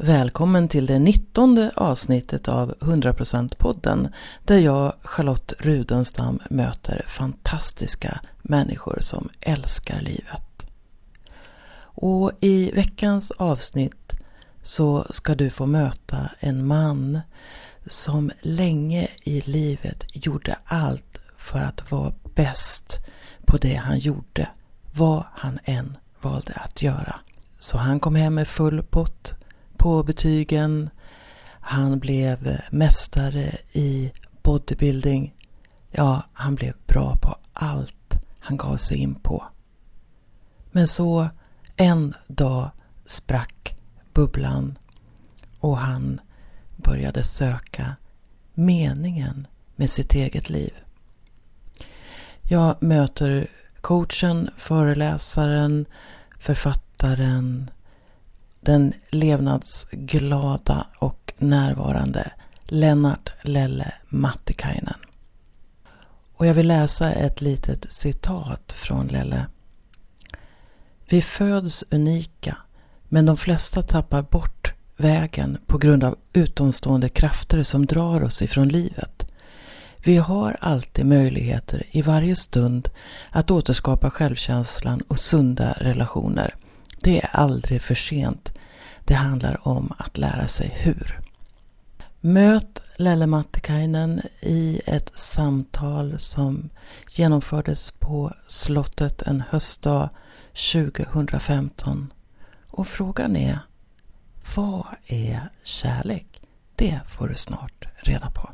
Välkommen till det 19:e avsnittet av 100%-podden där jag, Charlotte Rudenstam, möter fantastiska människor som älskar livet. Och i veckans avsnitt så ska du få möta en man som länge i livet gjorde allt för att vara bäst på det han gjorde, vad han än valde att göra. Så han kom hem med full pott på betygen. Han blev mästare i bodybuilding. Ja, han blev bra på allt han gav sig in på. Men så en dag sprack bubblan och han började söka meningen med sitt eget liv. Jag möter coachen, föreläsaren, författaren, den levnadsglada och närvarande Lennart Lelle Mattikainen. Och jag vill läsa ett litet citat från Lelle. Vi föds unika, men de flesta tappar bort vägen på grund av utomstående krafter som drar oss ifrån livet. Vi har alltid möjligheter i varje stund att återskapa självkänslan och sunda relationer. Det är aldrig för sent. Det handlar om att lära sig hur. Möt Lelle Mattikainen i ett samtal som genomfördes på slottet en höstdag 2015. Och frågan är, vad är kärlek? Det får du snart reda på.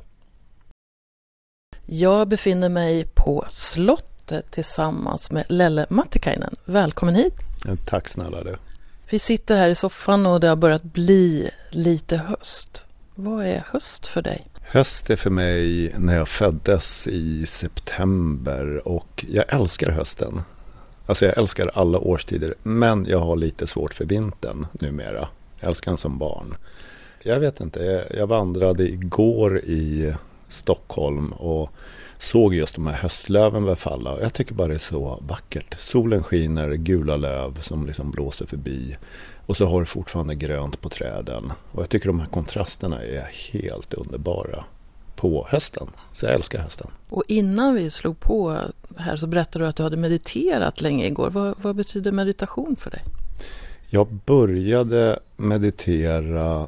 Jag befinner mig på slottet tillsammans med Lelle Mattikainen. Välkommen hit. Tack snälla du. Vi sitter här i soffan och det har börjat bli lite höst. Vad är höst för dig? Höst är för mig när jag föddes i september och jag älskar hösten. Alltså jag älskar alla årstider, men jag har lite svårt för vintern numera. Jag älskar den som barn. Jag vet inte, jag vandrade igår i Stockholm och såg just de här höstlöven befalla. Jag tycker bara det är så vackert. Solen skiner, gula löv som liksom blåser förbi. Och så har det fortfarande grönt på träden. Och jag tycker de här kontrasterna är helt underbara på hösten. Så jag älskar hösten. Och innan vi slog på här så berättade du att du hade mediterat länge igår. Vad betyder meditation för dig? Jag började meditera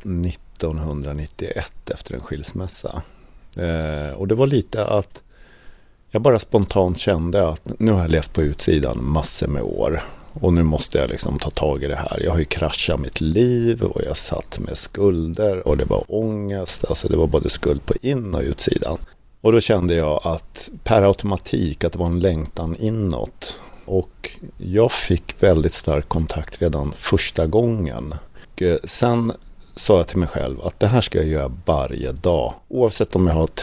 1991 efter en skilsmässa. Och det var lite att jag bara spontant kände att nu har jag levt på utsidan massor med år. Och nu måste jag liksom ta tag i det här. Jag har ju kraschat mitt liv och jag satt med skulder och det var ångest. Alltså det var både skuld på in- och utsidan. Och då kände jag att per automatik att det var en längtan inåt. Och jag fick väldigt stark kontakt redan första gången. Och sen sa jag till mig själv att det här ska jag göra varje dag. Oavsett om jag har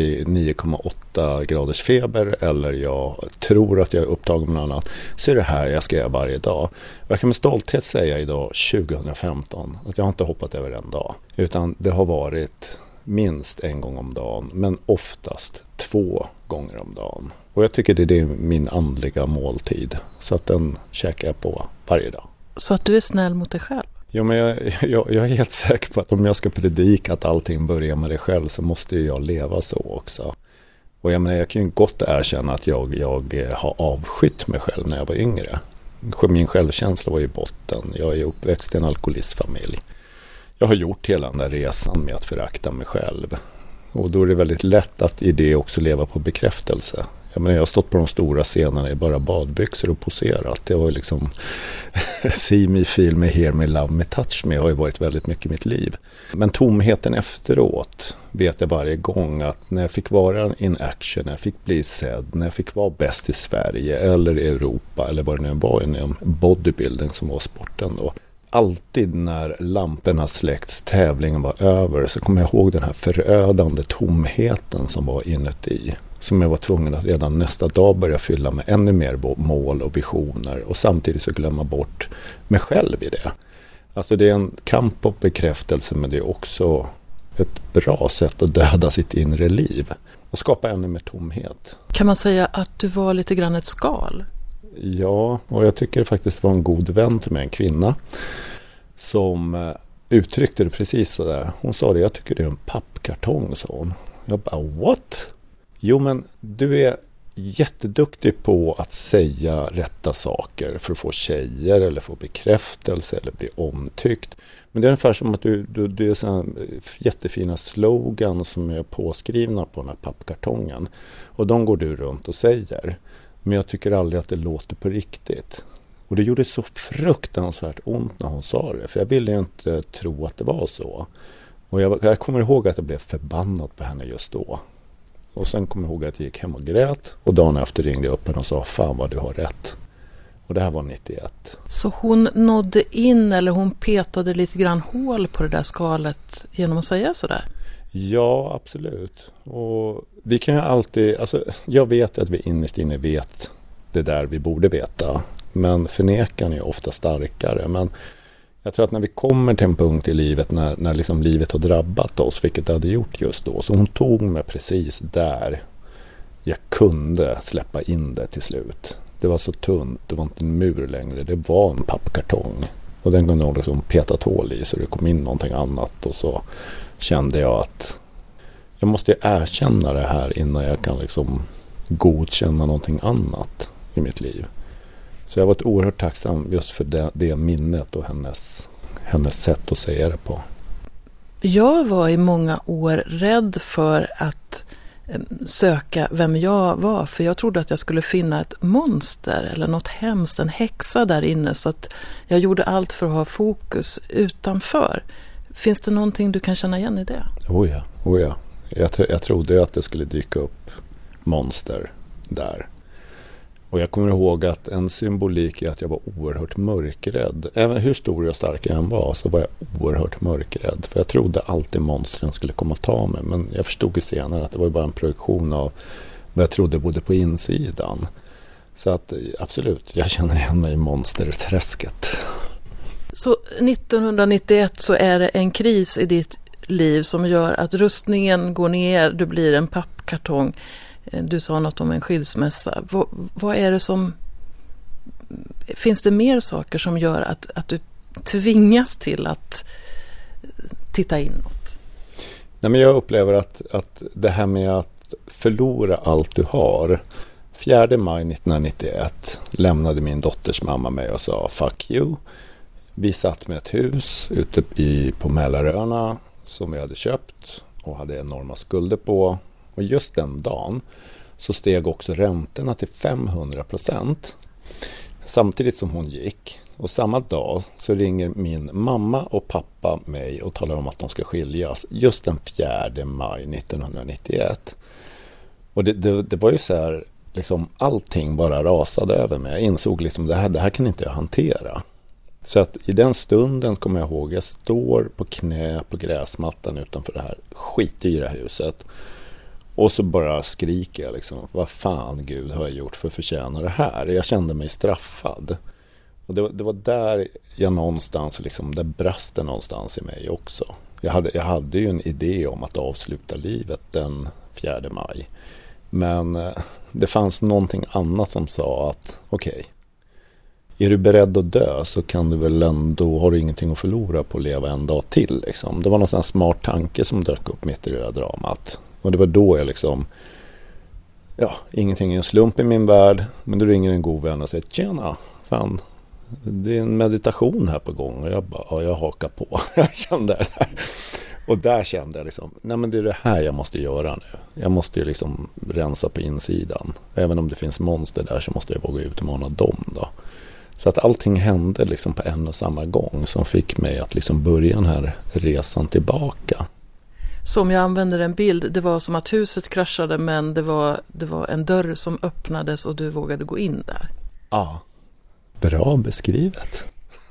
39,8 graders feber eller jag tror att jag är upptagen med något annat, så är det här jag ska göra varje dag. Och jag kan med stolthet säga idag 2015 att jag har inte hoppat över en dag. Utan det har varit minst en gång om dagen, men oftast 2 gånger om dagen. Och jag tycker det är min andliga måltid. Så att den käkar jag på varje dag. Så att du är snäll mot dig själv? Jo, men jag är helt säker på att om jag ska predika att allting börjar med dig själv så måste ju jag leva så också. Och jag kan ju gott erkänna att jag har avskytt mig själv när jag var yngre. Min självkänsla var i botten. Jag är uppväxt i en alkoholistfamilj. Jag har gjort hela den där resan med att förakta mig själv. Och då är det väldigt lätt att i det också leva på bekräftelse. Jag har stått på de stora scenerna i bara badbyxor och poserat. Det var liksom see me, feel me, hear me, love me, touch me har ju varit väldigt mycket i mitt liv. Men tomheten efteråt vet jag varje gång att när jag fick vara in action, när jag fick bli sedd, när jag fick vara bäst i Sverige eller i Europa eller vad det nu var inom bodybuilding som var sporten då. Alltid när lamporna släckts, tävlingen var över, så kommer jag ihåg den här förödande tomheten som var inuti. Som jag var tvungen att redan nästa dag börja fylla med ännu mer mål och visioner. Och samtidigt så glömma bort mig själv i det. Alltså det är en kamp och bekräftelse, men det är också ett bra sätt att döda sitt inre liv. Och skapa ännu mer tomhet. Kan man säga att du var lite grann ett skal? Ja, och jag tycker det faktiskt var en god vän till mig, en kvinna. Som uttryckte det precis så där. Hon sa det, jag tycker det är en pappkartong, sa hon. Jag bara, what? Jo, men du är jätteduktig på att säga rätta saker för att få tjejer eller få bekräftelse eller bli omtyckt. Men det är ungefär som att du är sådana jättefina slogan som är påskrivna på den här pappkartongen. Och de går du runt och säger. Men jag tycker aldrig att det låter på riktigt. Och det gjorde så fruktansvärt ont när hon sa det. För jag ville ju inte tro att det var så. Och jag kommer ihåg att jag blev förbannad på henne just då. Och sen kommer jag ihåg att jag gick hem och grät. Och dagen efter ringde jag upp henne och sa, fan vad du har rätt. Och det här var 91. Så hon nådde in, eller hon petade lite grann hål på det där skalet genom att säga sådär? Ja, absolut. Och vi kan ju alltid, alltså jag vet att vi innerst inne vet det där vi borde veta. Men förnekan är ofta starkare. Men jag tror att när vi kommer till en punkt i livet när liksom livet har drabbat oss, vilket det hade gjort just då. Så hon tog mig precis där jag kunde släppa in det till slut. Det var så tunt, det var inte en mur längre, det var en pappkartong. Och den kunde hon liksom petat hål i så det kom in någonting annat. Och så kände jag att jag måste erkänna det här innan jag kan liksom godkänna någonting annat i mitt liv. Så jag var oerhört tacksam just för det minnet och hennes sätt att säga det på. Jag var i många år rädd för att söka vem jag var. För jag trodde att jag skulle finna ett monster eller något hemskt, en häxa där inne. Så att jag gjorde allt för att ha fokus utanför. Finns det någonting du kan känna igen i det? Oh ja. Jag trodde att det skulle dyka upp monster där. Och jag kommer ihåg att en symbolik är att jag var oerhört mörkrädd. Även hur stor och stark jag än var så var jag oerhört mörkrädd. För jag trodde alltid monstren skulle komma ta mig. Men jag förstod ju senare att det var bara en projektion av vad jag trodde bodde på insidan. Så att absolut, jag känner igen mig i monsterträsket. Så 1991 så är det en kris i ditt liv som gör att rustningen går ner, du blir en pappkartong. Du sa något om en skilsmässa. Vad är det som... Finns det mer saker som gör att du tvingas till att titta inåt? Nej, men jag upplever att det här med att förlora allt du har. 4 maj 1991 lämnade min dotters mamma mig och sa fuck you. Vi satt med ett hus ute på Mälaröarna som vi hade köpt och hade enorma skulder på. Och just den dagen så steg också räntorna till 500%. Samtidigt som hon gick. Och samma dag så ringer min mamma och pappa mig och talar om att de ska skiljas. Just den 4 maj 1991. Och det var ju så här, liksom allting bara rasade över mig. Jag insåg liksom det här kan inte jag hantera. Så att i den stunden kommer jag ihåg, jag står på knä på gräsmattan utanför det här skitdyra huset. Och så bara skriker jag liksom, vad fan Gud har jag gjort för att förtjäna det här? Jag kände mig straffad. Och det var där jag någonstans, liksom, där brast det någonstans i mig också. Jag hade ju en idé om att avsluta livet den 4 maj. Men det fanns någonting annat som sa att okej, är du beredd att dö så kan du väl ändå, har du ingenting att förlora på att leva en dag till. Liksom. Det var någon sån här smart tanke som dök upp mitt i det där dramat. Och det var då jag liksom, ingenting är en slump i min värld. Men då ringer en god vän och säger, tjena, fan, det är en meditation här på gång. Och jag bara, jag hakar på. Jag kände det här. Och där kände jag liksom, nej men det är det här jag måste göra nu. Jag måste ju liksom rensa på insidan. Även om det finns monster där så måste jag våga utmana dem då. Så att allting hände liksom på en och samma gång som fick mig att liksom börja den här resan tillbaka. Så om jag använder en bild, det var som att huset kraschade men det var en dörr som öppnades och du vågade gå in där. Ja, bra beskrivet.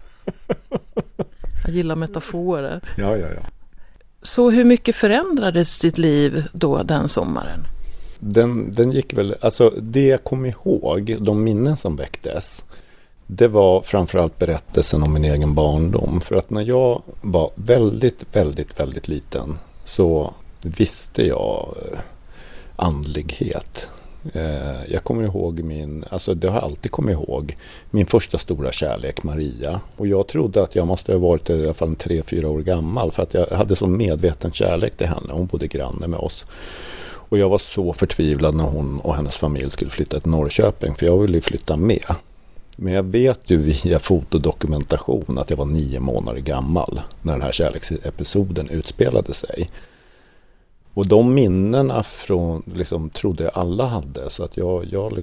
Jag gillar metaforer. Ja. Så hur mycket förändrades ditt liv då den sommaren? Den gick väl, alltså det jag kom ihåg, de minnen som väcktes, det var framförallt berättelsen om min egen barndom. För att när jag var väldigt, väldigt, väldigt liten så visste jag andlighet. Jag kommer ihåg det har jag alltid kommit ihåg, min första stora kärlek, Maria. Och jag trodde att jag måste ha varit i alla fall 3-4 år gammal, för att jag hade så medveten kärlek till henne. Hon bodde granne med oss. Och jag var så förtvivlad när hon och hennes familj skulle flytta till Norrköping, för jag ville flytta med. Men jag vet ju via fotodokumentation att jag var 9 månader gammal när den här kärleksepisoden utspelade sig. Och de minnena trodde jag alla hade, så att jag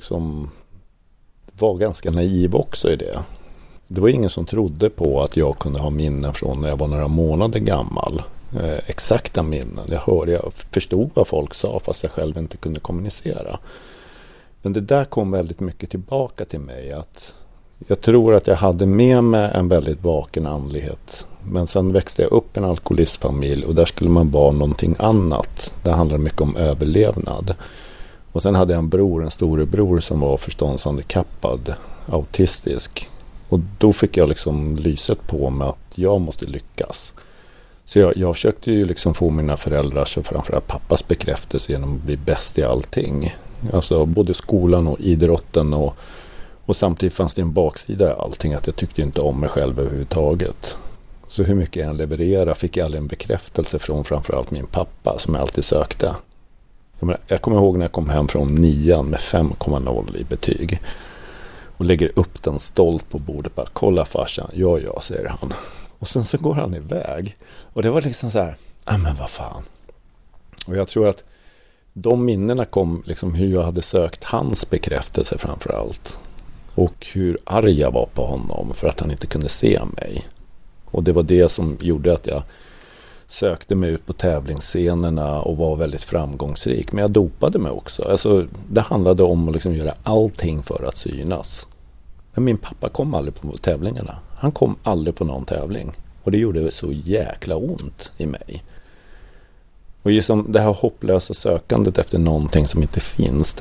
var ganska naiv också i det. Det var ingen som trodde på att jag kunde ha minnen från när jag var några månader gammal. Exakta minnen. Jag förstod vad folk sa fast jag själv inte kunde kommunicera. Men det där kom väldigt mycket tillbaka till mig. Att jag tror att jag hade med mig en väldigt vaken andlighet. Men sen växte jag upp i en alkoholistfamilj och där skulle man vara någonting annat. Det handlade mycket om överlevnad. Och sen hade jag en storebror som var förståndshandikappad, autistisk. Och då fick jag lyset på mig att jag måste lyckas. Så jag försökte ju få mina föräldrars och framförallt pappas bekräftelse genom att bli bäst i allting. Alltså både skolan och idrotten och samtidigt fanns det en baksida i allting, att jag tyckte inte om mig själv överhuvudtaget. Så hur mycket jag än levererade fick jag aldrig en bekräftelse från framförallt min pappa som jag alltid sökte. Jag kommer ihåg när jag kom hem från 9 med 5,0 i betyg och lägger upp den stolt på bordet. Bara, kolla farsan, ja, säger han. Och sen så går han iväg. Och det var så här, men vad fan. Och jag tror att de minnena kom hur jag hade sökt hans bekräftelse framförallt. Och hur arg jag var på honom för att han inte kunde se mig. Och det var det som gjorde att jag sökte mig ut på tävlingsscenerna och var väldigt framgångsrik. Men jag dopade mig också. Alltså, det handlade om att göra allting för att synas. Men min pappa kom aldrig på tävlingarna. Han kom aldrig på någon tävling. Och det gjorde så jäkla ont i mig. Och det här hopplösa sökandet efter någonting som inte finns,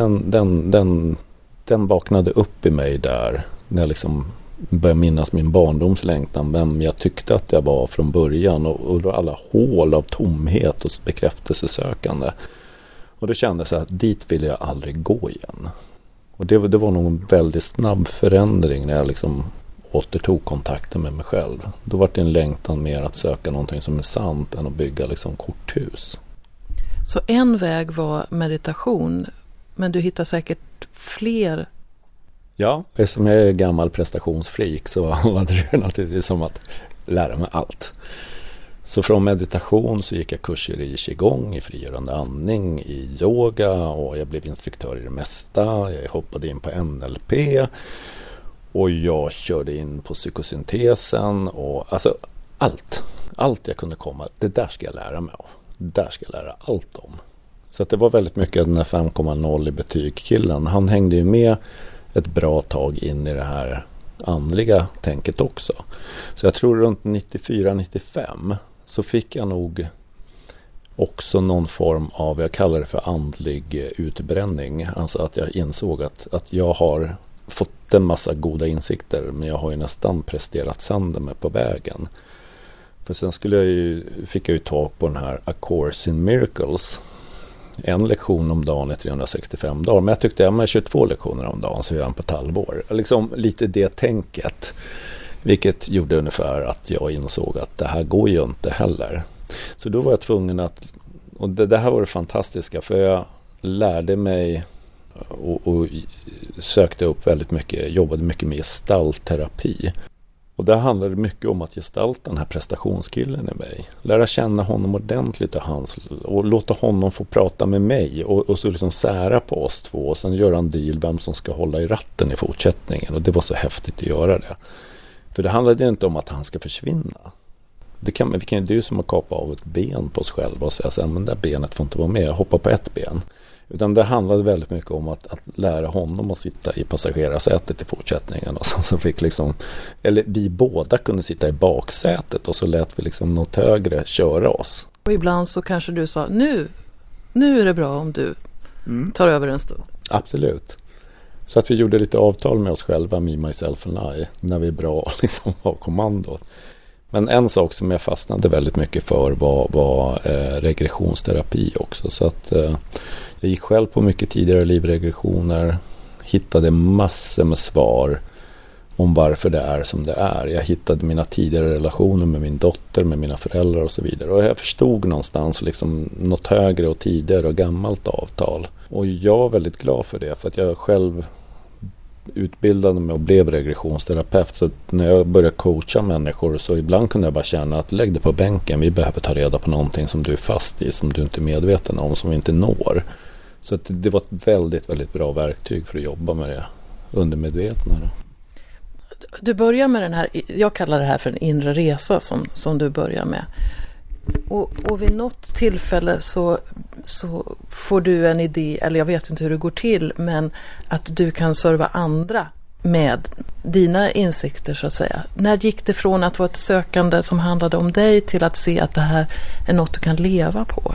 den vaknade upp i mig där när jag började minnas min barndomslängtan, vem jag tyckte att jag var från början och alla hål av tomhet och bekräftelsesökande. Och då kände jag att dit vill jag aldrig gå igen. Och det var nog en väldigt snabb förändring när jag återtog kontakten med mig själv. Då var det en längtan mer att söka någonting som är sant än att bygga korthus. Så en väg var meditation, men du hittar säkert fler. Ja, eftersom jag är gammal prestationsfreak så handlade det naturligtvis om att lära mig allt. Så från meditation så gick jag kurser i qigong, i frigörande andning, i yoga och jag blev instruktör i det mesta. Jag hoppade in på NLP och jag körde in på psykosyntesen och allt jag kunde komma, det där ska jag lära mig av. Det där ska jag lära allt om. Så att det var väldigt mycket den här 5,0 i betygkillen. Han hängde ju med ett bra tag in i det här andliga tänket också. Så jag tror runt 94-95 så fick jag nog också någon form av, jag kallar det för andlig utbränning. Alltså att jag insåg att jag har fått en massa goda insikter, men jag har ju nästan presterat sönder mig på vägen. För sen fick jag ju tag på den här A Course in Miracles. En lektion om dagen är 365 dagar. Men jag tyckte 22 lektioner om dagen så gör jag på ett halvår. Lite det tänket. Vilket gjorde ungefär att jag insåg att det här går ju inte heller. Så då var jag tvungen att, och det här var det fantastiska, för jag lärde mig och sökte upp väldigt mycket, jobbade mycket med gestaltterapi. Och det handlade mycket om att gestalta den här prestationskillen i mig. Lära känna honom ordentligt och låta honom få prata med mig. Och så sära på oss två. Och sen göra en deal vem som ska hålla i ratten i fortsättningen. Och det var så häftigt att göra det. För det handlade inte om att han ska försvinna. Det är ju som att kapa av ett ben på oss själva och säga men det där benet får inte vara med. Jag hoppar på ett ben. Utan det handlade väldigt mycket om att lära honom att sitta i passagerarsätet i fortsättningen. Och så fick eller vi båda kunde sitta i baksätet och så lät vi något högre köra oss. Och ibland så kanske du sa, nu är det bra om du tar över en stund. Absolut. Så att vi gjorde lite avtal med oss själva, me, myself and I, när vi är bra har kommandot. Men en sak som jag fastnade väldigt mycket för var regressionsterapi också. Så att jag gick själv på mycket tidigare livregressioner. Hittade massor med svar om varför det är som det är. Jag hittade mina tidigare relationer med min dotter, med mina föräldrar och så vidare. Och jag förstod någonstans liksom något högre och tidigare och gammalt avtal. Och jag var väldigt glad för det, för att jag själv utbildade mig och blev regressionsterapeut. Så när jag började coacha människor så ibland kunde jag bara känna att lägg det på bänken. Vi behöver ta reda på någonting som du är fast i, som du inte är medveten om, som vi inte når. Så att det var ett väldigt, väldigt bra verktyg för att jobba med det undermedvetna. Du börjar med den här, jag kallar det här för en inre resa som du börjar med. Och vid något tillfälle så får du en idé, eller jag vet inte hur det går till, men att du kan serva andra med dina insikter så att säga. När gick det från att vara ett sökande som handlade om dig till att se att det här är något du kan leva på?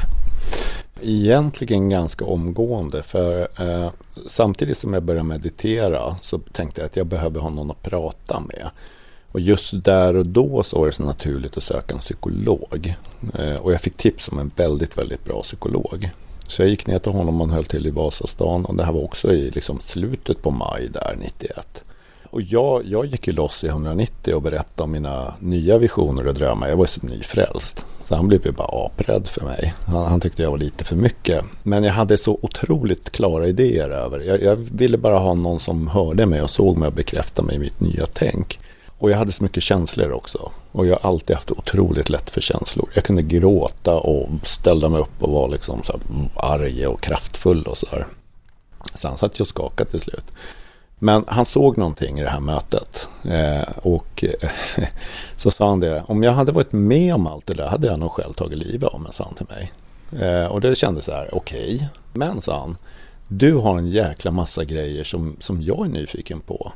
Egentligen ganska omgående, för samtidigt som jag började meditera så tänkte jag att jag behöver ha någon att prata med. Och just där och då så var det så naturligt att söka en psykolog. Och jag fick tips om en väldigt, väldigt bra psykolog. Så jag gick ner till honom och höll till i Vasastan, och det här var också i liksom slutet på maj där 91. Och jag gick ju loss i 190 och berättade om mina nya visioner och drömmar. Jag var så nyfrälst. Så han blev ju bara aprädd för mig. Han tyckte jag var lite för mycket. Men jag hade så otroligt klara idéer över. Jag ville bara ha någon som hörde mig och såg mig och bekräftade mig i mitt nya tänk. Och jag hade så mycket känslor också. Och jag har alltid haft otroligt lätt för känslor. Jag kunde gråta och ställa mig upp och vara liksom så här arg och kraftfull och så här. Sen satt jag och skakade till slut. Men han såg någonting i det här mötet och så sa han det: om jag hade varit med om allt det där hade jag nog själv tagit livet av mig, sa han till mig. Och det kändes så här, okej. Men, sa han, du har en jäkla massa grejer som jag är nyfiken på.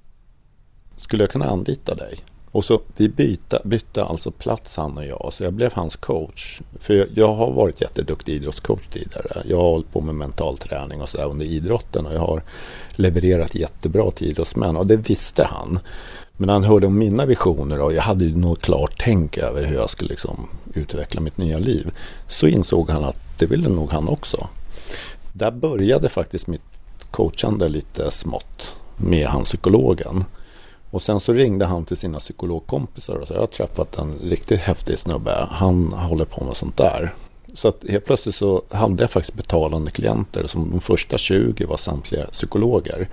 Skulle jag kunna anlita dig? Och så vi bytte alltså plats, han och jag. Så jag blev hans coach. För jag har varit jätteduktig idrottscoach tidigare. Jag har hållit på med mental träning och så där under idrotten. Och jag har levererat jättebra till idrottsmän. Och det visste han. Men han hörde om mina visioner och jag hade ju något klart tänk över hur jag skulle liksom utveckla mitt nya liv. Så insåg han att det ville nog han också. Där började faktiskt mitt coachande lite smått med han psykologen. Och sen så ringde han till sina psykologkompisar och sa: jag har träffat en riktigt häftig snubbe. Han håller på med sånt där. Så att helt plötsligt så hade jag faktiskt betalande klienter. Som de första 20 var samtliga psykologer.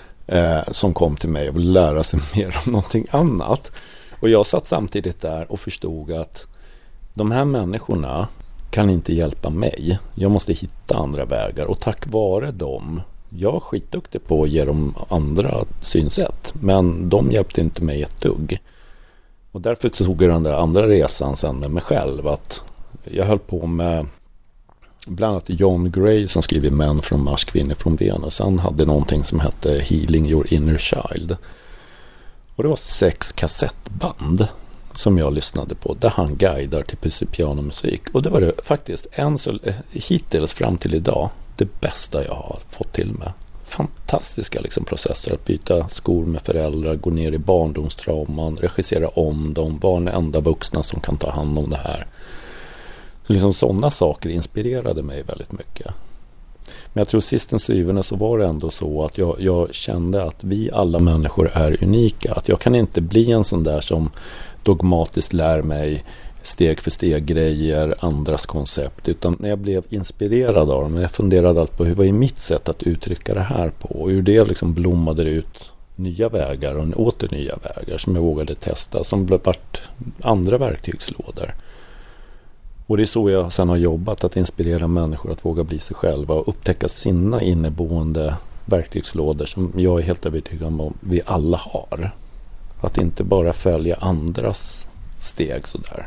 Som kom till mig och ville lära sig mer om någonting annat. Och jag satt samtidigt där och förstod att de här människorna kan inte hjälpa mig. Jag måste hitta andra vägar. Och tack vare dem, jag är skitduktig på att ge dem andra synsätt, men de hjälpte inte mig ett dugg. Och därför tog jag den där andra resan sen med mig själv, att jag höll på med bland annat John Gray som skriver Män från Mars, kvinnor från Venus. Han hade någonting som hette Healing Your Inner Child. Och det var 6 kassettband som jag lyssnade på, där han guidar till pianomusik. Och det var det faktiskt hittills fram till idag det bästa jag har fått till med. Fantastiska liksom processer, att byta skor med föräldrar, gå ner i barndomstrauman, regissera om dem, vara den enda vuxna som kan ta hand om det här. Liksom sådana saker inspirerade mig väldigt mycket. Men jag tror sist och syvende så var det ändå så att jag kände att vi alla människor är unika. Att jag kan inte bli en sån där som dogmatiskt lär mig steg för steg grejer, andras koncept. Utan när jag blev inspirerad av dem, jag funderade allt på hur var i mitt sätt att uttrycka det här på. Och hur det liksom blommade ut nya vägar och åter nya vägar som jag vågade testa. Som blev vart andra verktygslådor. Och det är så jag sedan har jobbat, att inspirera människor att våga bli sig själva och upptäcka sina inneboende verktygslådor som jag är helt övertygad om vi alla har. Att inte bara följa andras steg sådär.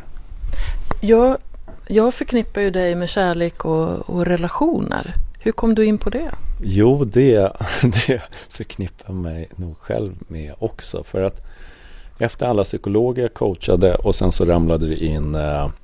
Jag förknippar ju dig med kärlek och relationer. Hur kom du in på det? Jo, det förknippar mig nog själv med också. För att efter alla psykologer jag coachade och sen så ramlade det in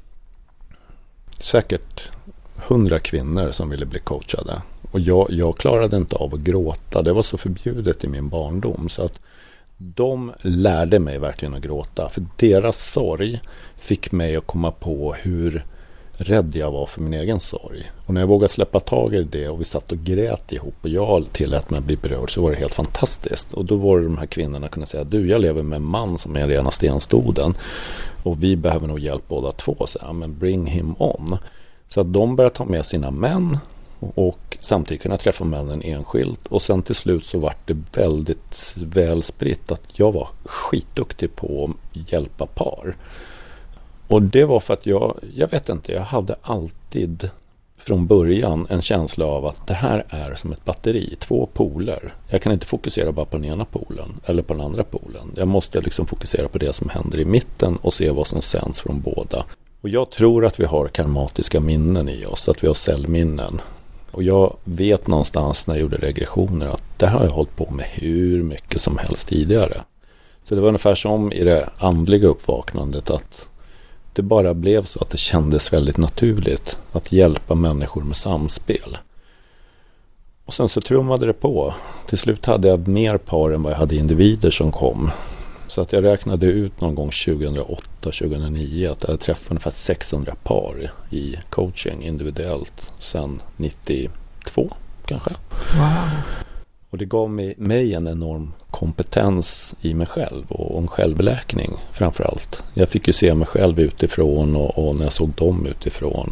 säkert 100 kvinnor som ville bli coachade. Och jag klarade inte av att gråta. Det var så förbjudet i min barndom. Så att De lärde mig verkligen att gråta. För deras sorg fick mig att komma på hur rädd jag var för min egen sorg. Och när jag vågade släppa tag i det och vi satt och grät ihop och jag tillät mig att bli berörd, så var det helt fantastiskt. Och då var det de här kvinnorna kunde säga: du, jag lever med en man som är rena stenstoden och vi behöver nog hjälp båda två. Så ja, men bring him on. Så att de började ta med sina män och samtidigt kunna träffa männen enskilt. Och sen till slut så var det väldigt väl spritt att jag var skitduktig på att hjälpa par. Och det var för att jag vet inte, jag hade alltid från början en känsla av att det här är som ett batteri, 2 poler. Jag kan inte fokusera bara på den ena polen eller på den andra polen. Jag måste liksom fokusera på det som händer i mitten och se vad som sänds från båda. Och jag tror att vi har karmatiska minnen i oss, att vi har cellminnen. Och jag vet någonstans när jag gjorde regressioner att det har jag hållit på med hur mycket som helst tidigare. Så det var ungefär som i det andliga uppvaknandet, att det bara blev så att det kändes väldigt naturligt att hjälpa människor med samspel. Och sen så trummade det på. Till slut hade jag mer par än vad jag hade individer som kom. Så att jag räknade ut någon gång 2008-2009 att jag träffade ungefär 600 par i coaching individuellt sedan 92 kanske. Wow. Och det gav mig en enorm kompetens i mig själv och en självläkning framförallt. Jag fick ju se mig själv utifrån och när jag såg dem utifrån.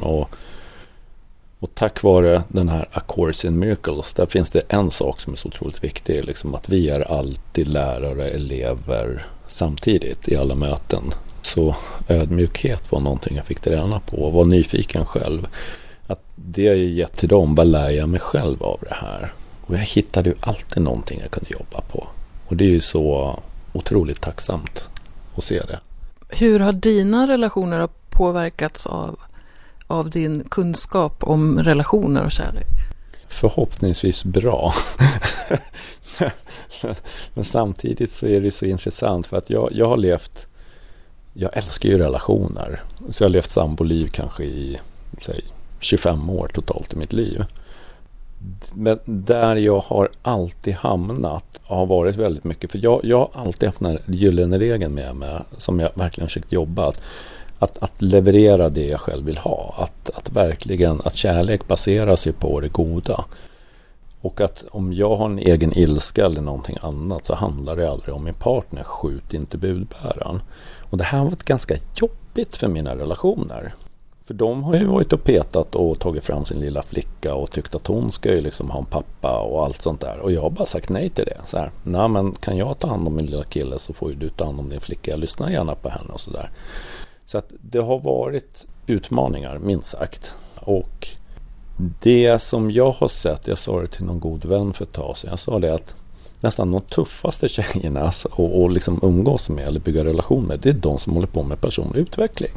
Och tack vare den här A Course in Miracles, där finns det en sak som är så otroligt viktig. Liksom att vi är alltid lärare, elever samtidigt i alla möten. Så ödmjukhet var någonting jag fick träna på och var nyfiken själv. Att det har jag gett till dem, vad lär jag mig själv av det här? Och jag hittade ju alltid någonting jag kunde jobba på. Och det är ju så otroligt tacksamt att se det. Hur har dina relationer påverkats av din kunskap om relationer och kärlek? Förhoppningsvis bra. Men samtidigt så är det så intressant för att jag har levt, jag älskar ju relationer. Så jag har levt samboliv kanske i 25 år totalt i mitt liv. Men där jag har alltid hamnat har varit väldigt mycket, för jag har alltid haft den här gyllene regeln med mig som jag verkligen har försökt jobba att leverera det jag själv vill ha, att verkligen, att kärlek baserar sig på det goda, och att om jag har en egen ilska eller någonting annat så handlar det aldrig om min partner, skjut inte budbäraren. Och det här har varit ganska jobbigt för mina relationer. För de har ju varit och petat och tagit fram sin lilla flicka och tyckt att hon ska ju liksom ha en pappa och allt sånt där. Och jag har bara sagt nej till det. Så här, nej men kan jag ta hand om min lilla kille så får ju du ta hand om din flicka. Jag lyssnar gärna på henne och sådär. Så att det har varit utmaningar, minst sagt. Och det som jag har sett, jag sa det till någon god vän för ett tag sedan. Jag sa det att nästan de tuffaste tjejerna och liksom umgås med eller bygga relation med, det är de som håller på med personlig utveckling.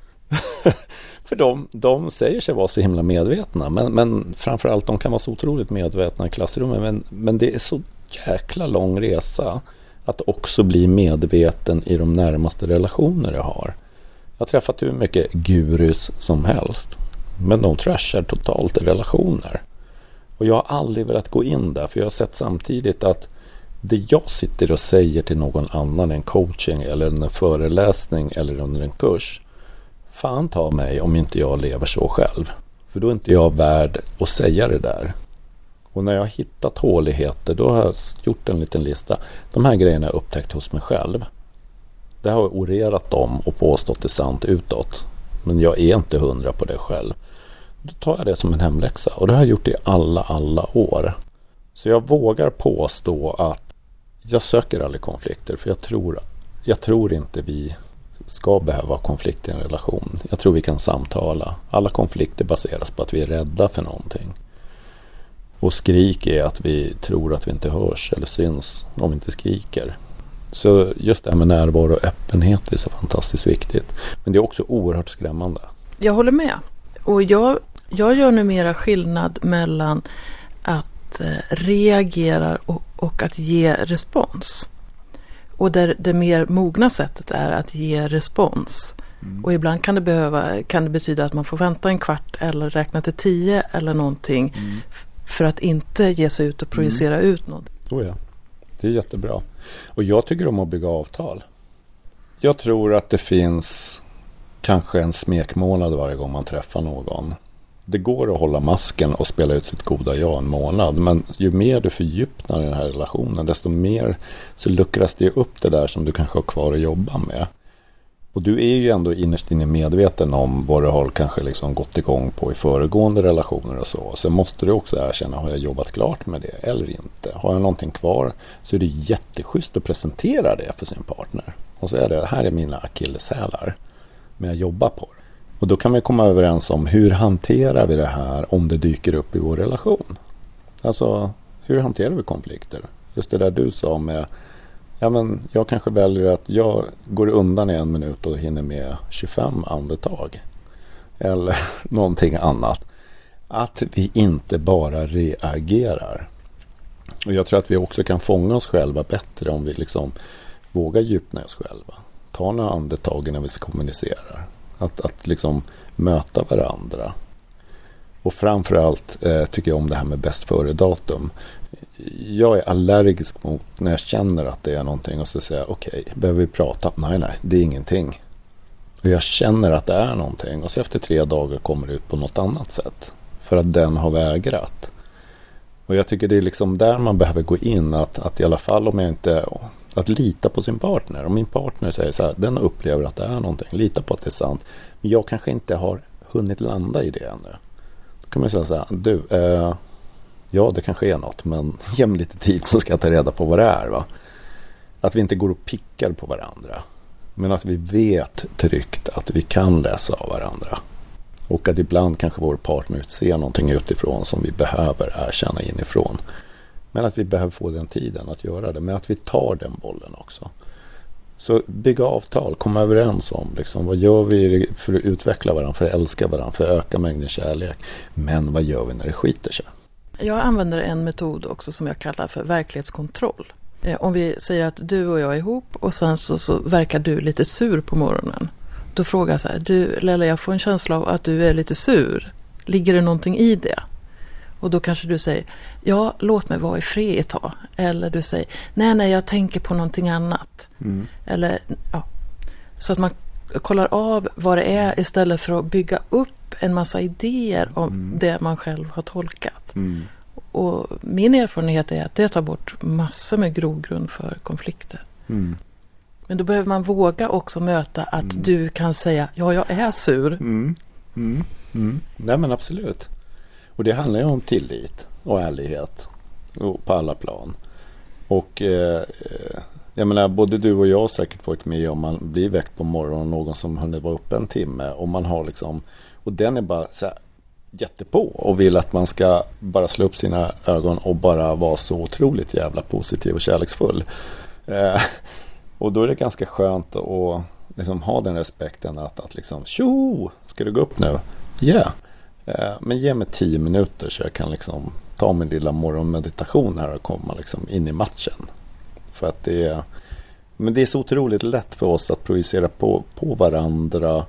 För de säger sig vara så himla medvetna, men framförallt de kan vara så otroligt medvetna i klassrummet, men det är så jäkla lång resa att också bli medveten i de närmaste relationer jag har. Jag har träffat hur mycket gurus som helst, men de trashar totalt i relationer. Och jag har aldrig velat gå in där, för jag har sett samtidigt att det jag sitter och säger till någon annan, en coaching eller en föreläsning eller under en kurs, fan ta mig om inte jag lever så själv. För då är inte jag värd att säga det där. Och när jag har hittat håligheter, då har jag gjort en liten lista. De här grejerna har jag upptäckt hos mig själv. Det har jag orerat dem och påstått det sant utåt. Men jag är inte 100 på det själv. Då tar jag det som en hemläxa. Och det har jag gjort i alla år. Så jag vågar påstå att jag söker aldrig konflikter. För jag tror inte vi ska behöva konflikt i en relation. Jag tror vi kan samtala. Alla konflikter baseras på att vi är rädda för någonting. Och skrik är att vi tror att vi inte hörs eller syns om vi inte skriker. Så just det här med närvaro och öppenhet är så fantastiskt viktigt. Men det är också oerhört skrämmande. Jag håller med. Och jag gör nu mera skillnad mellan att reagera och att ge respons. Och det mer mogna sättet är att ge respons. Och ibland kan det betyda att man får vänta en kvart eller räkna till 10 eller någonting för att inte ge sig ut och projicera ut något. Oh ja. Det är jättebra. Och jag tycker om att bygga avtal. Jag tror att det finns kanske en smekmånad varje gång man träffar någon. Det går att hålla masken och spela ut sitt goda jag en månad. Men ju mer du fördjupar den här relationen, desto mer så luckras det upp det där som du kanske har kvar att jobba med. Och du är ju ändå innerst inne medveten om vad du har kanske liksom gått igång på i föregående relationer och så. Så måste du också erkänna, har jag jobbat klart med det eller inte? Har jag någonting kvar så är det jätteschysst att presentera det för sin partner. Och så är det, här är mina akilleshälar. Men jag jobbar på det. Och då kan vi komma överens om hur hanterar vi det här om det dyker upp i vår relation. Alltså, hur hanterar vi konflikter? Just det där du sa med, ja men jag kanske väljer att jag går undan i 1 minut och hinner med 25 andetag. Eller någonting annat. Att vi inte bara reagerar. Och jag tror att vi också kan fånga oss själva bättre om vi liksom vågar djupna oss själva. Ta några andetag när vi kommunicerar. Att liksom möta varandra. Och framförallt tycker jag om det här med bäst före datum. Jag är allergisk mot när jag känner att det är någonting och så säger jag okej, behöver vi prata? Nej, det är ingenting. Och jag känner att det är någonting och så efter 3 dagar kommer det ut på något annat sätt. För att den har vägrat. Och jag tycker det är liksom där man behöver gå in att i alla fall om jag inte... Att lita på sin partner. Om min partner säger så här, den upplever att det är någonting. Lita på att det är sant. Men jag kanske inte har hunnit landa i det ännu. Då kan man säga så här, du, ja det kanske är något. Men ge mig lite tid så ska jag ta reda på vad det är, va. Att vi inte går och pickar på varandra. Men att vi vet tryggt att vi kan läsa av varandra. Och att ibland kanske vår partner ser någonting utifrån som vi behöver erkänna inifrån. Men att vi behöver få den tiden att göra det. Men att vi tar den bollen också. Så bygga avtal, komma överens om liksom, vad gör vi för att utveckla varandra, för att älska varandra, för att öka mängden kärlek. Men vad gör vi när det skiter sig? Jag använder en metod också som jag kallar för verklighetskontroll. Om vi säger att du och jag är ihop och sen så verkar du lite sur på morgonen. Då frågar jag så här, du Lella, jag får en känsla av att du är lite sur. Ligger det någonting i det? Och då kanske du säger, ja, låt mig vara i fred ett tag. Eller du säger, nej, jag tänker på någonting annat. Eller, ja. Så att man kollar av vad det är istället för att bygga upp en massa idéer om det man själv har tolkat. Och min erfarenhet är att det tar bort massor med grogrund för konflikter. Men då behöver man våga också möta att du kan säga, ja, jag är sur. Nej, men absolut. Och det handlar ju om tillit och ärlighet och på alla plan. Och jag menar, både du och jag har säkert varit med om man blir väckt på morgonen någon som hunnit vara uppe 1 timme och man har liksom, och den är bara så här jättepå och vill att man ska bara slå upp sina ögon och bara vara så otroligt jävla positiv och kärleksfull. Och då är det ganska skönt att liksom ha den respekten att liksom, tjo, ska du gå upp nu? Ja. Yeah. Men ge mig 10 minuter så jag kan liksom ta min lilla morgonmeditation här och komma liksom in i matchen. För att men det är så otroligt lätt för oss att projicera på varandra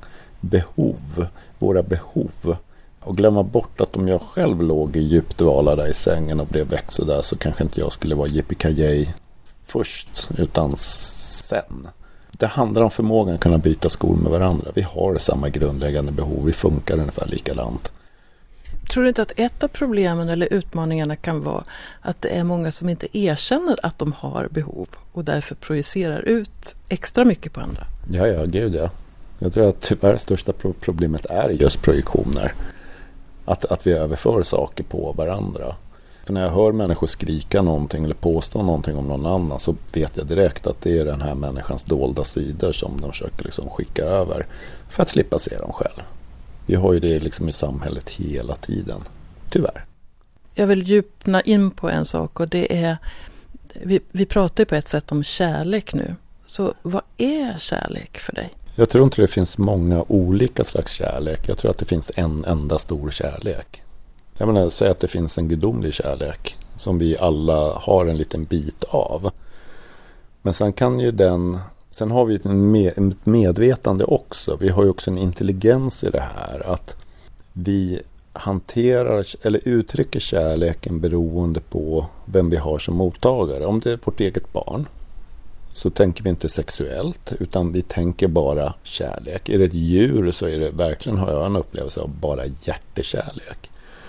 våra behov. Och glömma bort att om jag själv låg i djupt dvala där i sängen och blev väckt så där, så kanske inte jag skulle vara yippee först utan sen. Det handlar om förmågan att kunna byta skor med varandra. Vi har samma grundläggande behov. Vi funkar ungefär likadant. Tror du inte att ett av problemen eller utmaningarna kan vara att det är många som inte erkänner att de har behov och därför projicerar ut extra mycket på andra? Ja, gud ja. Jag tror att tyvärr största problemet är just projektioner. Att vi överför saker på varandra. För när jag hör människor skrika någonting eller påstå någonting om någon annan så vet jag direkt att det är den här människans dolda sidor som de försöker liksom skicka över för att slippa se dem själv. Vi har ju det liksom i samhället hela tiden, tyvärr. Jag vill djupna in på en sak och det är, vi pratar ju på ett sätt om kärlek nu. Så vad är kärlek för dig? Jag tror inte det finns många olika slags kärlek. Jag tror att det finns en enda stor kärlek. Jag menar, säg att det finns en gudomlig kärlek som vi alla har en liten bit av. Men sen sen har vi ett medvetande också. Vi har ju också en intelligens i det här. Att vi hanterar eller uttrycker kärleken beroende på vem vi har som mottagare. Om det är vårt eget barn så tänker vi inte sexuellt, utan vi tänker bara kärlek. Är det ett djur så är det verkligen, har jag en upplevelse av, bara hjärtekärlek.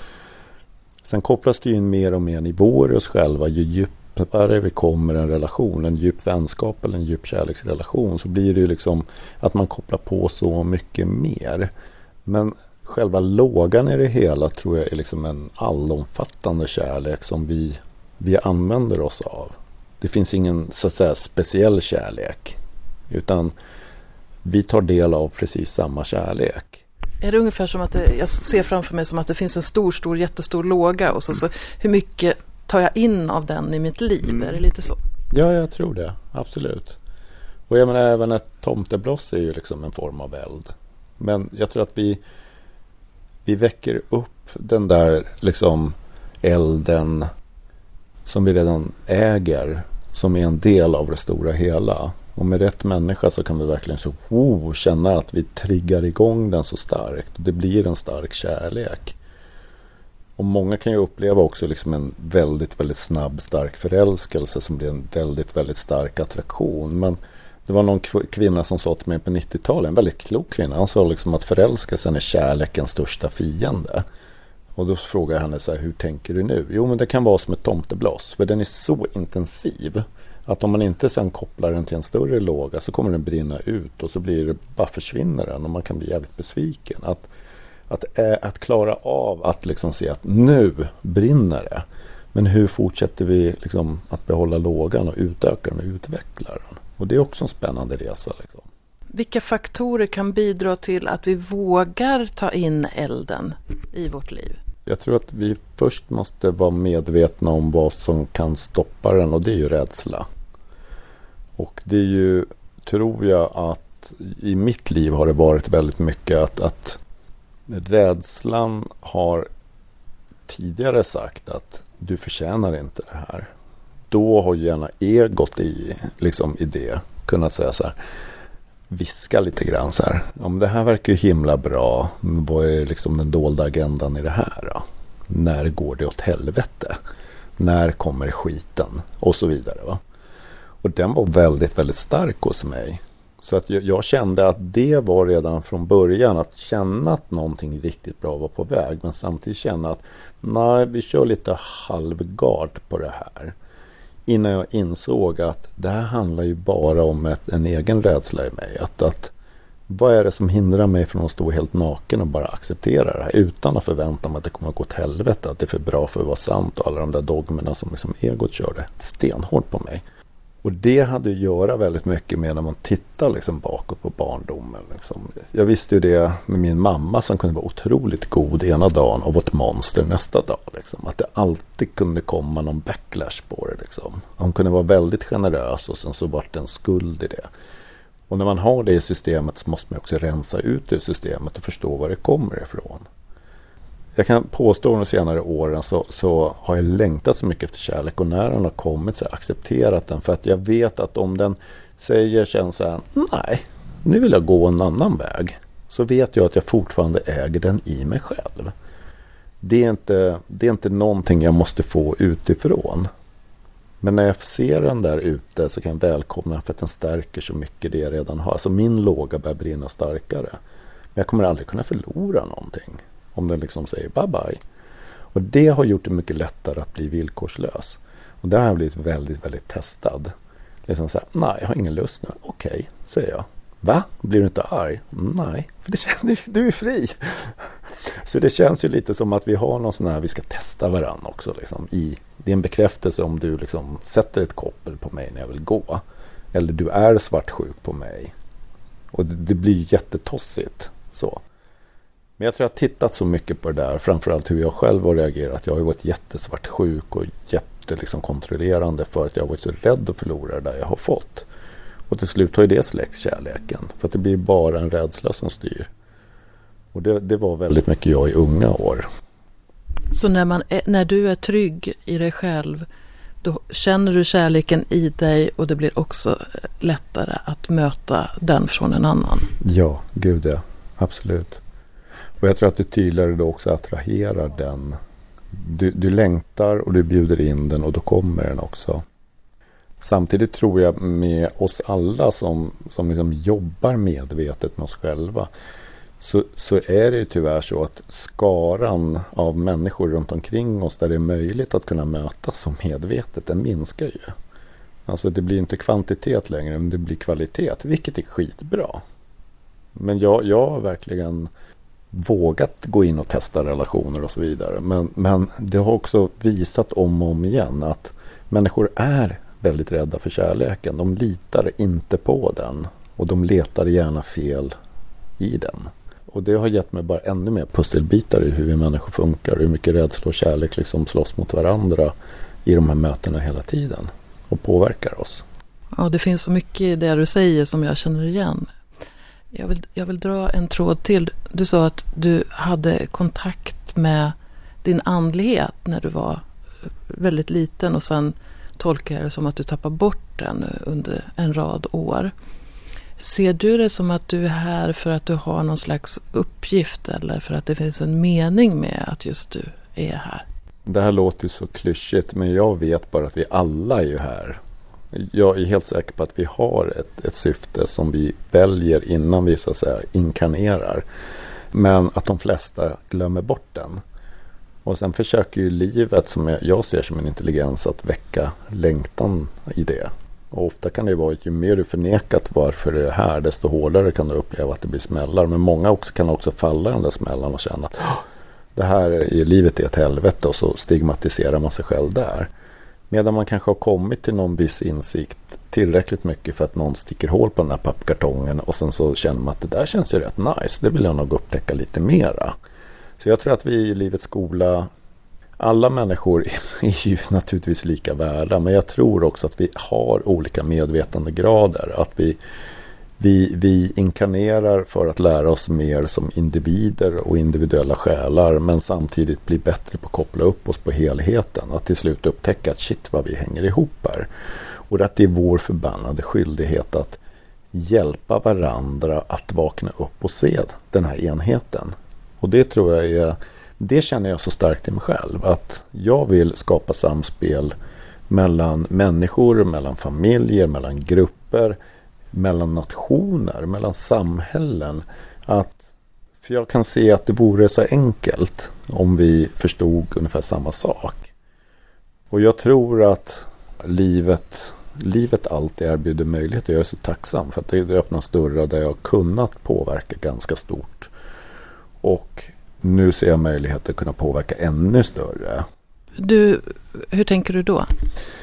Sen kopplas det in mer och mer nivåer i oss själva. Ju djupare vi kommer en relation, en djup vänskap eller en djup kärleksrelation, så blir det ju liksom att man kopplar på så mycket mer. Men själva lågan i det hela tror jag är liksom en allomfattande kärlek som vi använder oss av. Det finns ingen så att säga speciell kärlek, utan vi tar del av precis samma kärlek. Är det ungefär som att jag ser framför mig som att det finns en jättestor låga och så hur mycket tar jag in av den i mitt liv? Är det lite så? Ja, jag tror det. Absolut. Och jag menar, även ett tomtebloss är ju liksom en form av eld. Men jag tror att vi väcker upp den där liksom elden som vi redan äger, som är en del av det stora hela. Och med rätt människa så kan vi verkligen känna att vi triggar igång den så starkt. Det blir en stark kärlek. Och många kan ju uppleva också liksom en väldigt, väldigt snabb, stark förälskelse som blir en väldigt, väldigt stark attraktion. Men det var någon kvinna som sa till mig på 90-talet, en väldigt klok kvinna. Han sa liksom att förälskelsen är kärlekens största fiende. Och då frågade jag henne så här, hur tänker du nu? Jo, men det kan vara som ett tomtebloss. För den är så intensiv att om man inte sen kopplar den till en större låga så kommer den brinna ut och så blir det, bara försvinner den och man kan bli jävligt besviken. Att klara av att liksom se att nu brinner det. Men hur fortsätter vi liksom att behålla lågan och utöka den och utveckla den? Och det är också en spännande resa. Liksom. Vilka faktorer kan bidra till att vi vågar ta in elden i vårt liv? Jag tror att vi först måste vara medvetna om vad som kan stoppa den, och det är ju rädsla. Och det är ju, tror jag, att i mitt liv har det varit väldigt mycket att rädslan har tidigare sagt att du förtjänar inte det här. Då har ju gärna egot i det kunnat säga så här, viska lite grann så här, om det här verkar ju himla bra, men vad är liksom den dolda agendan i det här då? När går det åt helvete? När kommer skiten? Och så vidare, va? Och den var väldigt, väldigt stark hos mig. Så att jag kände att det var redan från början, att känna att någonting riktigt bra var på väg, men samtidigt känna att nej, vi kör lite halvgard på det här. Innan jag insåg att det här handlar ju bara om en egen rädsla i mig. Att vad är det som hindrar mig från att stå helt naken och bara acceptera det här utan att förvänta mig att det kommer att gå till helvete, att det är för bra för att vara sant och alla de där dogmerna som liksom egot körde stenhårt på mig. Och det hade att göra väldigt mycket med när man tittar liksom bakåt på barndomen. Liksom. Jag visste ju det med min mamma som kunde vara otroligt god ena dagen och var ett monster nästa dag. Liksom. Att det alltid kunde komma någon backlash på det. Liksom. Hon kunde vara väldigt generös och sen så var det en skuld i det. Och när man har det i systemet så måste man också rensa ut det i systemet och förstå var det kommer ifrån. Jag kan påstå de senare åren så har jag längtat så mycket efter kärlek, och när den har kommit så har jag accepterat den, för att jag vet att om den säger sen så här, nej, nu vill jag gå en annan väg, så vet jag att jag fortfarande äger den i mig själv. Det är inte någonting jag måste få utifrån. Men när jag ser den där ute så kan jag välkomna, för att den stärker så mycket det jag redan har. Alltså min låga börjar brinna starkare. Men jag kommer aldrig kunna förlora någonting om den liksom säger bye bye. Och det har gjort det mycket lättare att bli villkorslös. Och där har jag blivit väldigt, väldigt testad. Liksom så här, nej, jag har ingen lust nu. Okej, säger jag. Va? Blir du inte arg? Nej, för du är fri. Så det känns ju lite som att vi har någon sån här, vi ska testa varandra också. Liksom, det är en bekräftelse om du liksom sätter ett koppel på mig när jag vill gå. Eller du är svartsjuk på mig. Och det blir jättetossigt. Så. Men jag tror jag har tittat så mycket på det där, framförallt hur jag själv har reagerat. Jag har ju varit jättesvartsjuk och kontrollerande för att jag har varit så rädd att förlora det där jag har fått. Och till slut har ju det släckt kärleken, för att det blir bara en rädsla som styr. Och det var väldigt mycket jag i unga år. Så när du är trygg i dig själv, då känner du kärleken i dig, och det blir också lättare att möta den från en annan. Ja, gud ja. Absolut. Och jag tror att du tydligare då också attraherar den. Du längtar och du bjuder in den och då kommer den också. Samtidigt tror jag med oss alla som liksom jobbar medvetet med oss själva så är det ju tyvärr så att skaran av människor runt omkring oss där det är möjligt att kunna mötas som medvetet, den minskar ju. Alltså det blir inte kvantitet längre, men det blir kvalitet, vilket är skitbra. Men jag har verkligen vågat gå in och testa relationer och så vidare. Men det har också visat om och om igen att människor är väldigt rädda för kärleken. De litar inte på den och de letar gärna fel i den. Och det har gett mig bara ännu mer pusselbitar i hur vi människor funkar. Hur mycket rädsla och kärlek liksom slåss mot varandra i de här mötena hela tiden. Och påverkar oss. Ja, det finns så mycket i det du säger som jag känner igen. Jag vill dra en tråd till. Du sa att du hade kontakt med din andlighet när du var väldigt liten och sen tolkar jag det som att du tappar bort den under en rad år. Ser du det som att du är här för att du har någon slags uppgift eller för att det finns en mening med att just du är här? Det här låter ju så klyschigt, men jag vet bara att vi alla är ju här. Jag är helt säker på att vi har ett syfte som vi väljer innan vi så att säga inkarnerar. Men att de flesta glömmer bort den. Och sen försöker ju livet, som jag ser som en intelligens, att väcka längtan i det. Och ofta kan det vara att ju mer du förnekat varför det är här, desto hårdare kan du uppleva att det blir smällar. Men många kan också falla i den där smällan och känna att det här i livet är ett helvete, och så stigmatiserar man sig själv där. Medan man kanske har kommit till någon viss insikt tillräckligt mycket för att någon sticker hål på den här pappkartongen och sen så känner man att det där känns ju rätt nice, det vill jag nog upptäcka lite mera. Så jag tror att vi i livets skola, alla människor är ju naturligtvis lika värda, men jag tror också att vi har olika medvetandegrader, att vi inkarnerar för att lära oss mer som individer och individuella själar, men samtidigt bli bättre på att koppla upp oss på helheten. Att till slut upptäcka att shit vad vi hänger ihop här. Och att det är vår förbannade skyldighet att hjälpa varandra att vakna upp och se den här enheten. Och det tror jag det känner jag så starkt i mig själv. Att jag vill skapa samspel mellan människor, mellan familjer, mellan grupper, mellan nationer, mellan samhällen. För jag kan se att det vore så enkelt om vi förstod ungefär samma sak. Och jag tror att livet alltid erbjuder möjlighet. Jag är så tacksam för att det öppnas dörrar där jag har kunnat påverka ganska stort. Och nu ser jag möjlighet att kunna påverka ännu större. Hur tänker du då?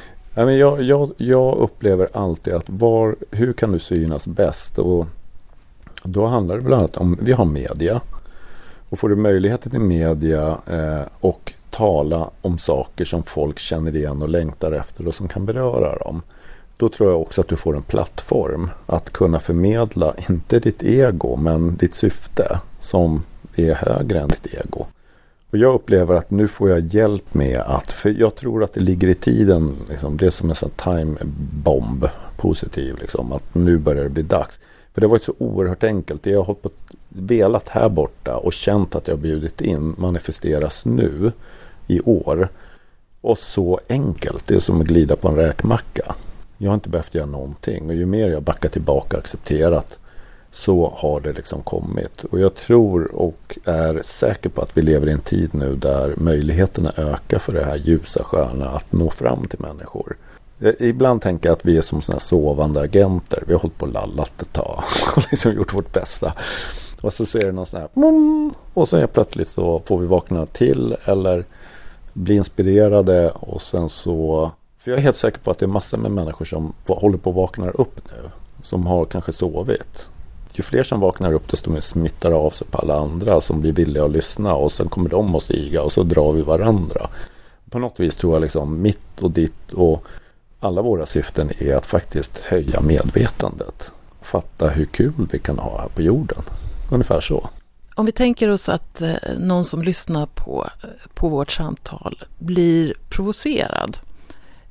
Jag upplever alltid att hur kan du synas bäst? Och då handlar det bland annat om, vi har media. Och får du möjligheter till media och tala om saker som folk känner igen och längtar efter och som kan beröra dem. Då tror jag också att du får en plattform att kunna förmedla, inte ditt ego, men ditt syfte som är högre än ditt ego. Och jag upplever att nu får jag hjälp med för jag tror att det ligger i tiden, liksom, det är som en sån time bomb, positiv, liksom, att nu börjar det bli dags. För det var så oerhört enkelt. Det jag har velat här borta och känt att jag har bjudit in manifesteras nu i år. Och så enkelt, det är som att glida på en räkmacka. Jag har inte behövt göra någonting, och ju mer jag backar tillbaka och accepterat, så har det liksom kommit. Och jag tror och är säker på att vi lever i en tid nu där möjligheterna ökar för det här ljusa sköna att nå fram till människor. Ibland tänker jag att vi är som såna här sovande agenter. Vi har hållit på och lallat ett tag och liksom gjort vårt bästa. Och så ser det någon sån här och så plötsligt så får vi vakna till eller bli inspirerade, och sen så, för jag är helt säker på att det är massor med människor som håller på att vakna upp nu, som har kanske sovit. Ju fler som vaknar upp, desto mer smittar av sig på alla andra som blir villiga att lyssna, och sen kommer de att stiga och så drar vi varandra. På något vis tror jag liksom mitt och ditt och alla våra syften är att faktiskt höja medvetandet. Fatta hur kul vi kan ha här på jorden. Ungefär så. Om vi tänker oss att någon som lyssnar på vårt samtal blir provocerad.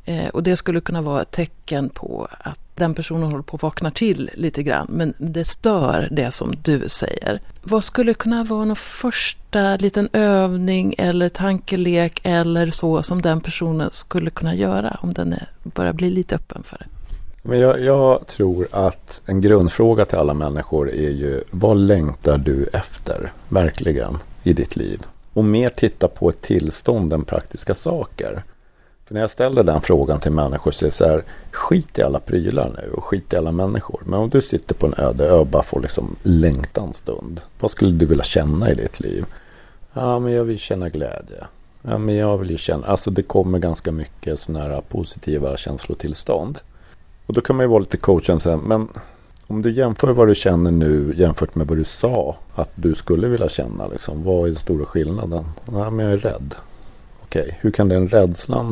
Och det skulle kunna vara ett tecken på att den personen håller på att vakna till lite grann. Men det stör det som du säger. Vad skulle kunna vara någon första liten övning eller tankelek eller så som den personen skulle kunna göra om den börjar bli lite öppen för det? Men jag tror att en grundfråga till alla människor är ju, vad längtar du efter verkligen i ditt liv? Och mer titta på ett tillstånd än praktiska saker. För när jag ställer den frågan till människor så är det så här, skit i alla prylar nu och skit i alla människor. Men om du sitter på en öde ö och bara får liksom längta en stund, vad skulle du vilja känna i ditt liv? Ja, men jag vill känna glädje. Ja, men jag vill ju känna, alltså det kommer ganska mycket sådana här positiva känslotillstånd. Och då kan man ju vara lite coachen sen, men om du jämför vad du känner nu jämfört med vad du sa att du skulle vilja känna, liksom, vad är den stora skillnaden? Ja, men jag är rädd. Okej, hur kan den rädslan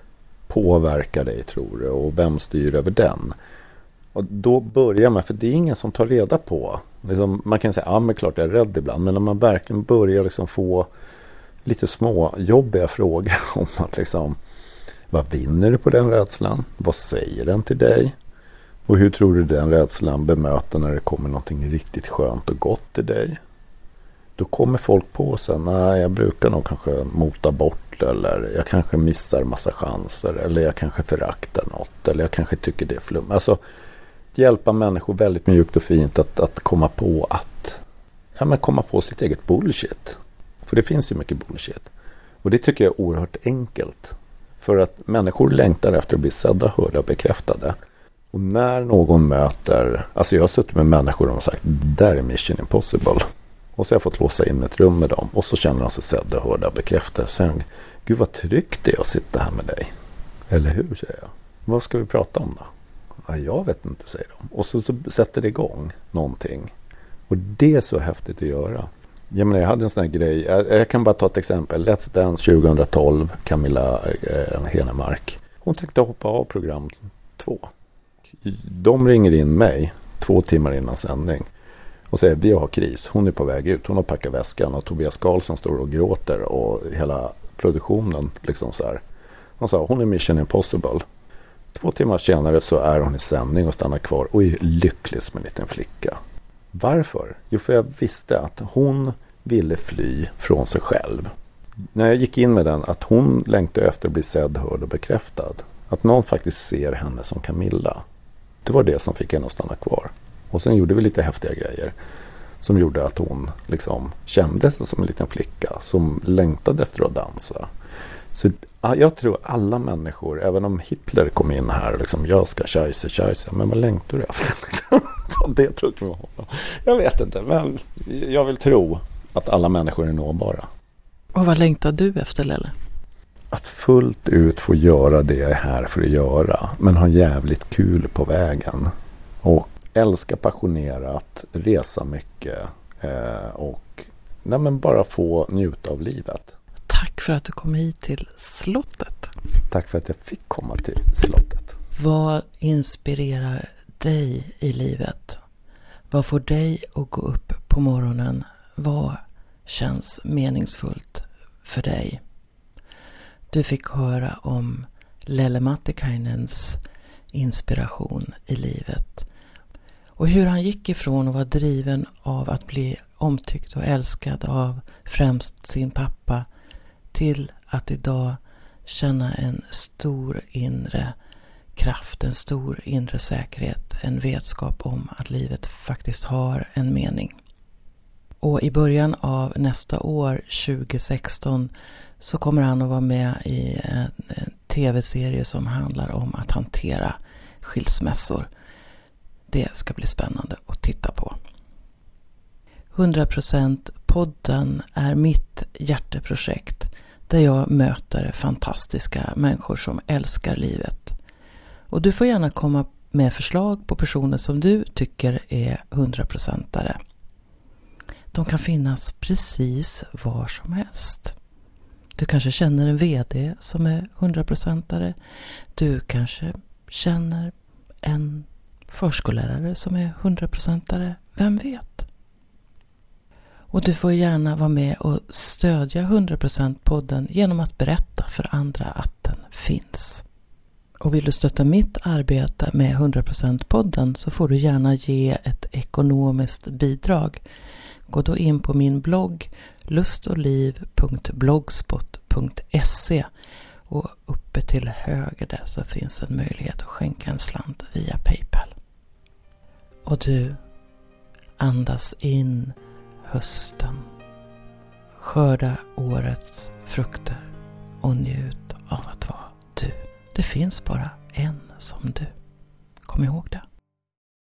påverka dig, tror du? Och vem styr över den? Och då börjar man, för det är ingen som tar reda på. Liksom, man kan säga, ja men klart jag är rädd ibland. Men när man verkligen börjar liksom få lite små jobbiga frågor om att liksom, vad vinner du på den rädslan? Vad säger den till dig? Och hur tror du den rädslan bemöter när det kommer någonting riktigt skönt och gott till dig? Då kommer folk på sig, nej jag brukar nog kanske mota bort, eller jag kanske missar massa chanser, eller jag kanske föraktar något, eller jag kanske tycker det är flum. Alltså hjälpa människor väldigt mjukt och fint att komma på komma på sitt eget bullshit. För det finns ju mycket bullshit. Och det tycker jag är oerhört enkelt. För att människor längtar efter att bli sedda, hörda och bekräftade. Och när någon möter, alltså jag har suttit med människor och de har sagt, där är mission impossible. Och så har jag fått låsa in ett rum med dem. Och så känner de sig sedda, hörda och bekräftade. Sen, gud vad tryggt det är att sitta här med dig. Eller hur, säger jag. Vad ska vi prata om då? Ja, jag vet inte, säger de. Och så sätter det igång någonting. Och det är så häftigt att göra. Jag hade en sån här grej. Jag kan bara ta ett exempel. Let's Dance 2012. Camilla Henemark. Hon tänkte hoppa av program 2. De ringer in mig 2 timmar innan sändning. Och säger, vi har kris. Hon är på väg ut. Hon har packat väskan. Och Tobias Karlsson står och gråter. Och hela produktionen liksom så här. Hon sa, hon är mission impossible. 2 timmar senare så är hon i sändning och stannar kvar. Och är lycklig som en liten flicka. Varför? Jo, för jag visste att hon ville fly från sig själv. När jag gick in med den, att hon längtade efter att bli sedd, hörd och bekräftad. Att någon faktiskt ser henne som Camilla. Det var det som fick henne att stanna kvar. Och sen gjorde vi lite häftiga grejer som gjorde att hon liksom kände sig som en liten flicka som längtade efter att dansa. Så jag tror alla människor, även om Hitler kom in här liksom, jag ska scheisse, men vad längtar du efter? Det tog mig honom. Jag vet inte, men jag vill tro att alla människor är nåbara. Och vad längtar du efter, Lelle? Att fullt ut få göra det jag är här för att göra, men ha jävligt kul på vägen. Och älska passionerat, resa mycket och bara få njuta av livet. Tack för att du kom hit till slottet. Tack för att jag fick komma till slottet. Vad inspirerar dig i livet? Vad får dig att gå upp på morgonen? Vad känns meningsfullt för dig? Du fick höra om Lelle Mattikainens inspiration i livet. Och hur han gick ifrån att vara driven av att bli omtyckt och älskad av främst sin pappa till att idag känna en stor inre kraft, en stor inre säkerhet, en vetskap om att livet faktiskt har en mening. Och i början av nästa år, 2016, så kommer han att vara med i en tv-serie som handlar om att hantera skilsmässor. Det ska bli spännande att titta på. 100% podden är mitt hjärteprojekt där jag möter fantastiska människor som älskar livet. Och du får gärna komma med förslag på personer som du tycker är 100%are. De kan finnas precis var som helst. Du kanske känner en vd som är 100%are. Du kanske känner en förskollärare som är 100%are. Vem vet? Och du får gärna vara med och stödja 100% podden genom att berätta för andra att den finns. Och vill du stötta mitt arbete med 100%-podden så får du gärna ge ett ekonomiskt bidrag. Gå då in på min blogg lustoliv.blogspot.se och uppe till höger där så finns en möjlighet att skänka en slant via PayPal. Och du, andas in hösten. Skörda årets frukter och njut av att vara du. Det finns bara en som du. Kom ihåg det.